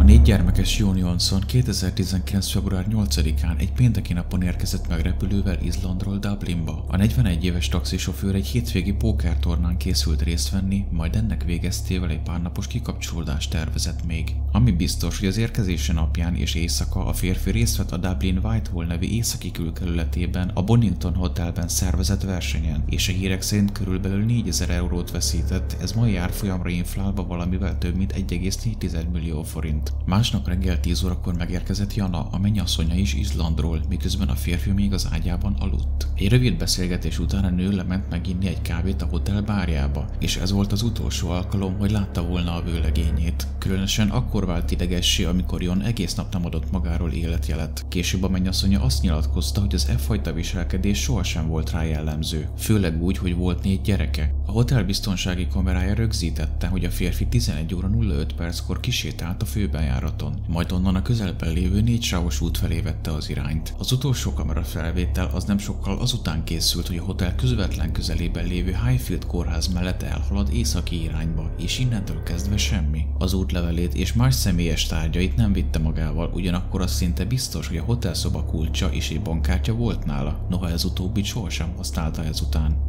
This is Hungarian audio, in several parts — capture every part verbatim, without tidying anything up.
négy gyermekes Jon Johnson kétezer-tizenkilenc. február nyolcadikán egy pénteki napon érkezett meg repülővel Izlandról Dublinba. A negyvenegy éves taxisofőr egy hétvégi pókertornán készült részt venni, majd ennek végeztével egy párnapos kikapcsolódást tervezett még. Ami biztos, hogy az érkezése napján és éjszaka a férfi részt vett a Dublin Whitehall nevű északi külkerületében a Bonington Hotelben szervezett versenyen, és a hírek szerint körülbelül négyezer eurót veszített, ez mai árfolyamra inflálva valamivel több mint egy egész négy millió forint. Másnap reggel tíz órakor megérkezett Jana, a mennyasszonya is Izlandról, miközben a férfi még az ágyában aludt. Egy rövid beszélgetés után a nő lement meginni egy kávét a hotel bárjába, és ez volt az utolsó alkalom, hogy látta volna a vőlegényét. Különösen akkor vált idegessé, amikor Jon egész nap nem adott magáról életjelet. Később a mennyasszonya azt nyilatkozta, hogy az e fajta viselkedés sohasem volt rá jellemző, főleg úgy, hogy volt négy gyereke. A hotel biztonsági kamerája rögzítette, hogy a férfi tizenegy óra nulla öt perckor kisétált a főbejáraton, majd onnan a közelben lévő négy sávos út felé vette az irányt. Az utolsó kamerafelvétel az nem sokkal azután készült, hogy a hotel közvetlen közelében lévő Highfield kórház mellett elhalad északi irányba, és innentől kezdve semmi. Az útlevelét és más személyes tárgyait nem vitte magával, ugyanakkor az szinte biztos, hogy a hotelszoba kulcsa és egy bankkártya volt nála, noha ez utóbbit sohasem használta ezután.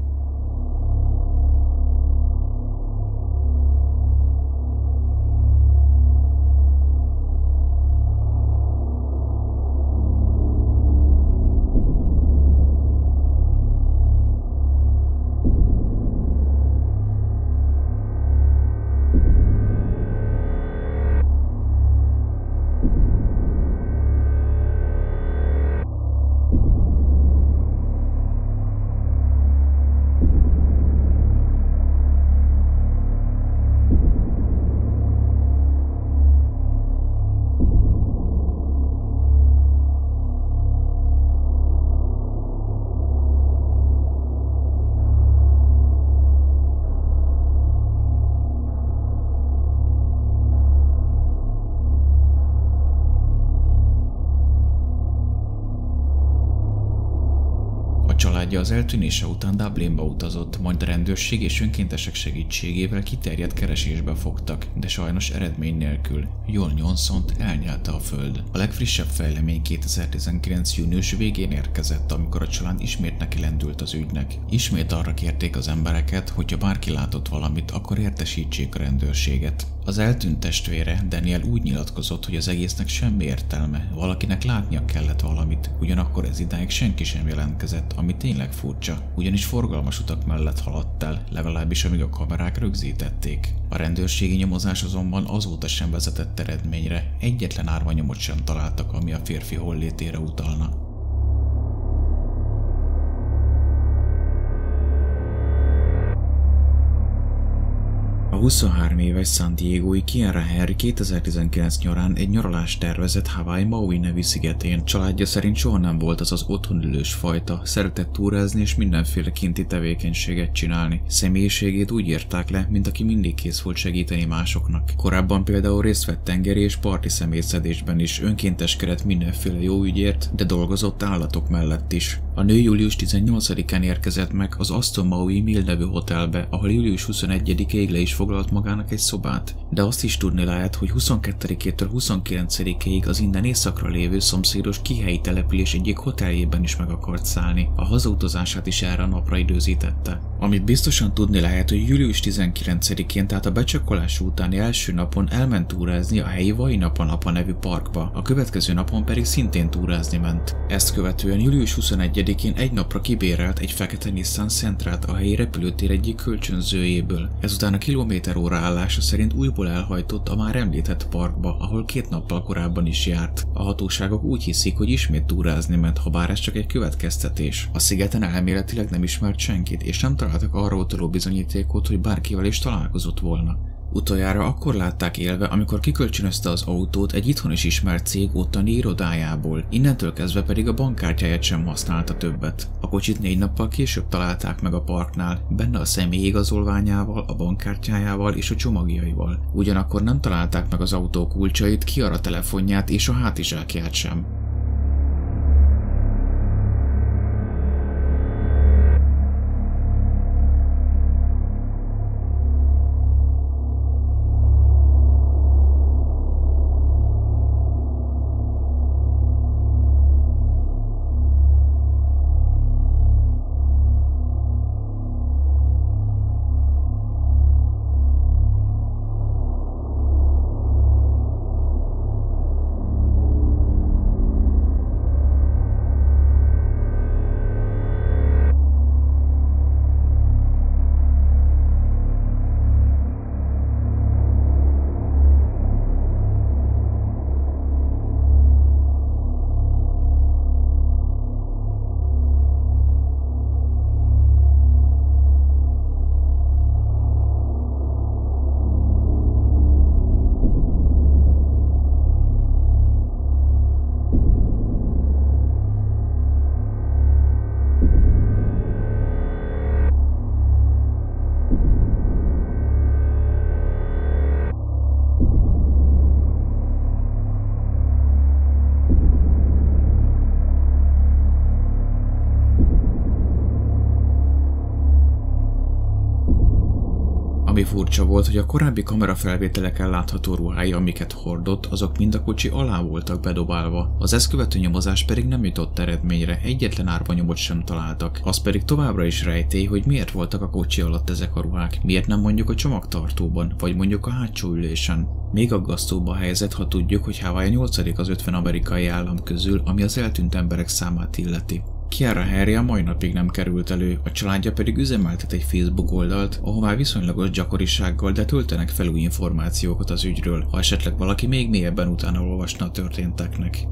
A családja az eltűnése után Dublinba utazott, majd a rendőrség és önkéntesek segítségével kiterjedt keresésbe fogtak, de sajnos eredmény nélkül. Jon Johnsont elnyelte a föld. A legfrissebb fejlemény kétezer-tizenkilenc. június végén érkezett, amikor a család ismét neki lendült az ügynek. Ismét arra kérték az embereket, hogyha bárki látott valamit, akkor értesítsék a rendőrséget. Az eltűnt testvére, Daniel úgy nyilatkozott, hogy az egésznek semmi értelme, valakinek látnia kellett valamit, ugyanakkor ez idáig senki sem jelentkezett, ami tényleg furcsa, ugyanis forgalmas utak mellett haladt el, legalábbis amíg a kamerák rögzítették. A rendőrségi nyomozás azonban azóta sem vezetett eredményre, egyetlen árvanyomot sem találtak, ami a férfi hollétére utalna. A huszonhárom éves San Diegói Kiara Henry kétezer-tizenkilenc nyarán egy nyaralást tervezett Hawaii Maui nevű szigetén. Családja szerint soha nem volt az az otthonülős fajta, szeretett túrázni és mindenféle kinti tevékenységet csinálni. Személyiségét úgy írták le, mint aki mindig kész volt segíteni másoknak. Korábban például részt vett tengeri és parti személyszedésben is, önkénteskedett mindenféle jó ügyért, de dolgozott állatok mellett is. A nő július tizennyolcadikán érkezett meg az Aston Maui Mill nevű hotelbe, ahol július huszonegyedikéig le is foglalt magának egy szobát, de azt is tudni lehet, hogy huszonkettedikétől huszonkilencedikéig az innen északra lévő szomszédos kihelyi település egyik hoteljében is meg akart szállni, a hazautazását is erre a napra időzítette. Amit biztosan tudni lehet, hogy július tizenkilencedikén, tehát a becsekkolás utáni első napon elment túrázni a helyi Wainapa nevű parkba, a következő napon pedig szintén túrázni ment. Ezt követően július huszonegyedikén egy napra kibérelt egy fekete Nissan Sentrát a helyi repülőtér egyik kölcsönzőjéből. Ezután a kilométer óra állása szerint újból elhajtott a már említett parkba, ahol két nappal korábban is járt. A hatóságok úgy hiszik, hogy ismét túrázni ment, habár ez csak egy következtetés. A szigeten elméletileg nem ismert senkit, és nem találtak arra utaló bizonyítékot, hogy bárkivel is találkozott volna. Utoljára akkor látták élve, amikor kikölcsönözte az autót egy itthon is ismert cég ottani irodájából, innentől kezdve pedig a bankkártyáját sem használta többet. A kocsit négy nappal később találták meg a parknál, benne a személyi igazolványával, a bankkártyájával és a csomagjaival. Ugyanakkor nem találták meg az autó kulcsait, Kiara telefonját és a hátizsákját sem. Furcsa volt, hogy a korábbi kamerafelvételeken látható ruhái, amiket hordott, azok mind a kocsi alá voltak bedobálva. Az ezt követő nyomozás pedig nem jutott eredményre, egyetlen árvanyomot sem találtak. Az pedig továbbra is rejtély, hogy miért voltak a kocsi alatt ezek a ruhák, miért nem mondjuk a csomagtartóban, vagy mondjuk a hátsó ülésen. Még aggasztóbb a helyzet, ha tudjuk, hogy Hawaii a nyolcadik az ötven amerikai állam közül, ami az eltűnt emberek számát illeti. Kiara Harry a mai napig nem került elő, a családja pedig üzemeltet egy Facebook oldalt, ahová viszonylagos gyakorisággal, de töltenek fel új információkat az ügyről, ha esetleg valaki még mélyebben utána olvasna a történteknek.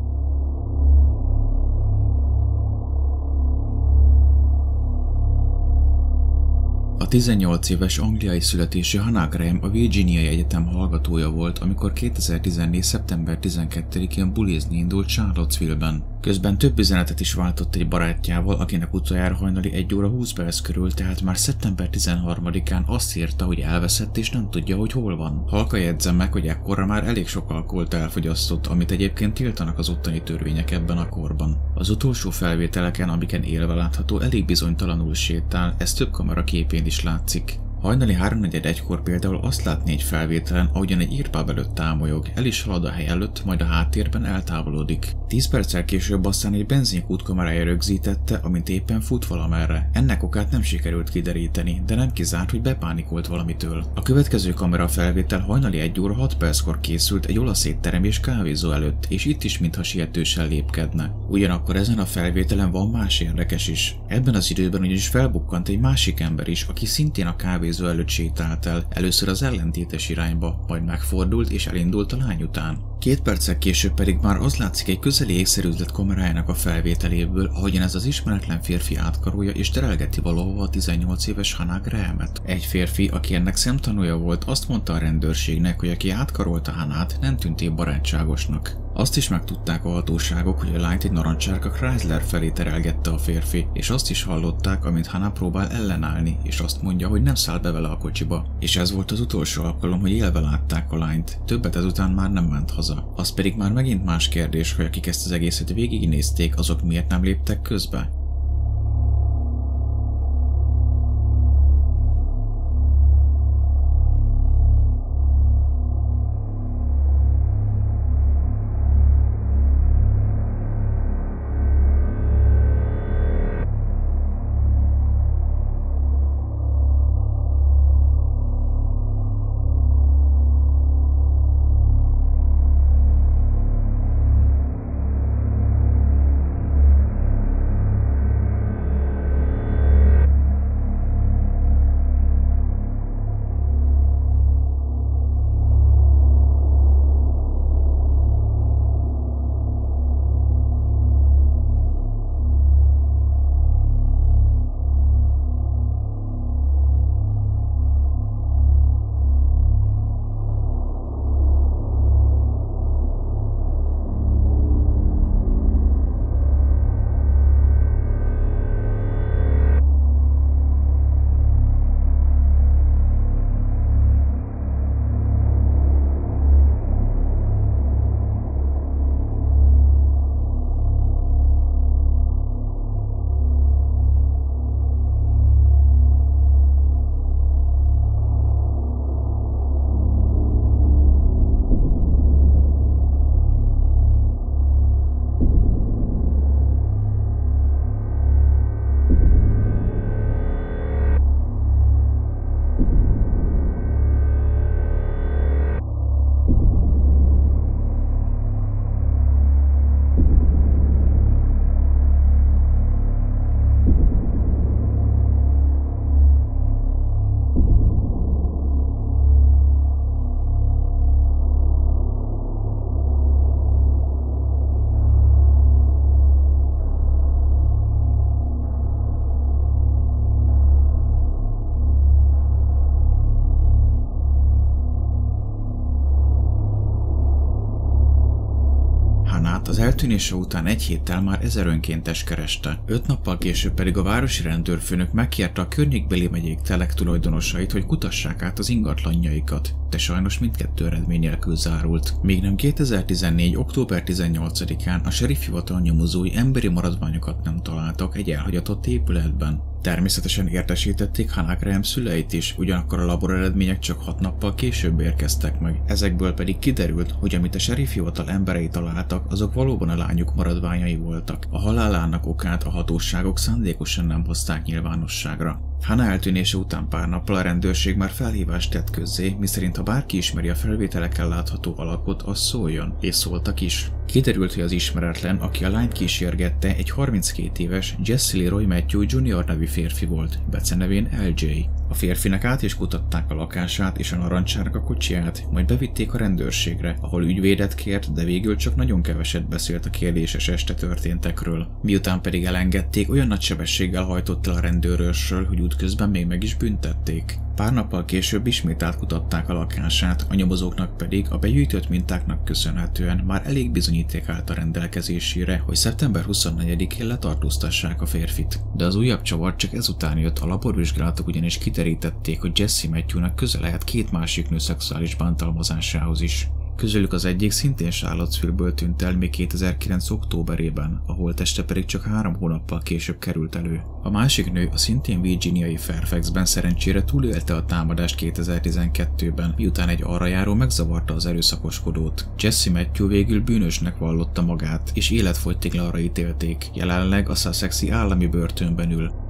A tizennyolc éves angliai születésű Hannah Graham a Virginiai Egyetem hallgatója volt, amikor kétezer-tizennégy. szeptember tizenkettedikén bulizni indult Charlottesville-ben. Közben több üzenetet is váltott egy barátjával, akinek utoljára hajnali egy óra húsz perc körül, tehát már szeptember tizenharmadikán azt írta, hogy elveszett és nem tudja, hogy hol van. Halka jegyzem meg, hogy ekkorra már elég sok alkoholt elfogyasztott, amit egyébként tiltanak az ottani törvények ebben a korban. Az utolsó felvételeken, amiken élve látható, elég bizonytalanul sétál, ez több kamera képén is látszik. Hajnali háromnegyed-egykor például azt látni egy felvételen, ahogyan egy írpáb előtt támolyog, el is halad a hely előtt, majd a háttérben eltávolodik. Tíz perccel később aztán egy benzinkút kamerája rögzítette, amint éppen fut valamerre. Ennek okát nem sikerült kideríteni, de nem kizárt, hogy bepánikolt valamitől. A következő kamera felvétel hajnali egy óra hat perckor készült egy olasz étterem és kávézó előtt, és itt is mintha sietősen lépkedne. Ugyanakkor ezen a felvételen van más érdekes is. Ebben az időben ugyanis felbukkant egy másik ember is, aki szintén a kávézó előtt sétált el, először az ellentétes irányba, majd megfordult és elindult a lány után. Két perccel később pedig már az látszik egy közeli ékszerüzlet kamerájának a felvételéből, ahogyan ez az ismeretlen férfi átkarolja és terelgeti valahova a tizennyolc éves Hannah Grahamet. Egy férfi, aki ennek szemtanúja volt, azt mondta a rendőrségnek, hogy aki átkarolta Hannah-t, nem tűnt épp barátságosnak. Azt is megtudták a hatóságok, hogy a lányt egy narancsárga Chrysler felé terelgette a férfi, és azt is hallották, amint Hannah próbál ellenállni, és azt mondja, hogy nem száll be vele a kocsiba. És ez volt az utolsó alkalom, hogy élve látták a lányt, többet ezután már nem ment haza. Az pedig már megint más kérdés, hogy akik ezt az egészet végignézték, azok miért nem léptek közbe? Az eltűnése után egy héttel már ezer önkéntes kereste. Öt nappal később pedig a városi rendőrfőnök megkérte a környékbeli megyék telek tulajdonosait, hogy kutassák át az ingatlanjaikat, de sajnos mindkettő eredmény nélkül zárult. Még nem kétezer-tizennégy. október tizennyolcadikán a seriff hivatal nyomozói emberi maradványokat nem találtak egy elhagyatott épületben. Természetesen értesítették Hannah Graham szüleit is, ugyanakkor a labor eredmények csak hat nappal később érkeztek meg. Ezekből pedig kiderült, hogy amit a sheriff hivatal emberei találtak, azok valóban a lányuk maradványai voltak. A halálának okát a hatóságok szándékosan nem hozták nyilvánosságra. Hannah eltűnése után pár nappal a rendőrség már felhívást tett közzé, miszerint ha bárki ismeri a felvételeken látható alakot, az szóljon, és szóltak is. Kiderült, hogy az ismeretlen, aki a lányt kísérgette, egy harminckét éves Jesse Leroy Matthew junior nevű férfi volt, becenevén el jé. A férfinek át is kutatták a lakását és a narancsárga kocsiját, majd bevitték a rendőrségre, ahol ügyvédet kért, de végül csak nagyon keveset beszélt a kérdéses este történtekről. Miután pedig elengedték, olyan nagy sebességgel hajtott el a rendőrőrsről, hogy útközben még meg is büntették. Pár nappal később ismét átkutatták a lakását, a nyomozóknak pedig a begyűjtött mintáknak köszönhetően már elég bizonyíték állt a rendelkezésére, hogy szeptember huszonnegyedikén letartóztassák a férfit. De az újabb csavar csak ezután jött, a laborvizsgálatok ugyanis kiterítették, hogy Jesse Matthewnak köze lehet két másik nő szexuális bántalmazásához is. Közülük az egyik szintén Charlottesville-ből tűnt el még kétezer-kilenc októberében, a holtteste pedig csak három hónappal később került elő. A másik nő a szintén virginiai Fairfaxben szerencsére túlélte a támadást kétezer-tizenkettőben, miután egy arra járó megzavarta az erőszakoskodót. Jesse Matthew végül bűnösnek vallotta magát, és életfogytiglanra ítélték, jelenleg a Sussexi állami börtönben ül.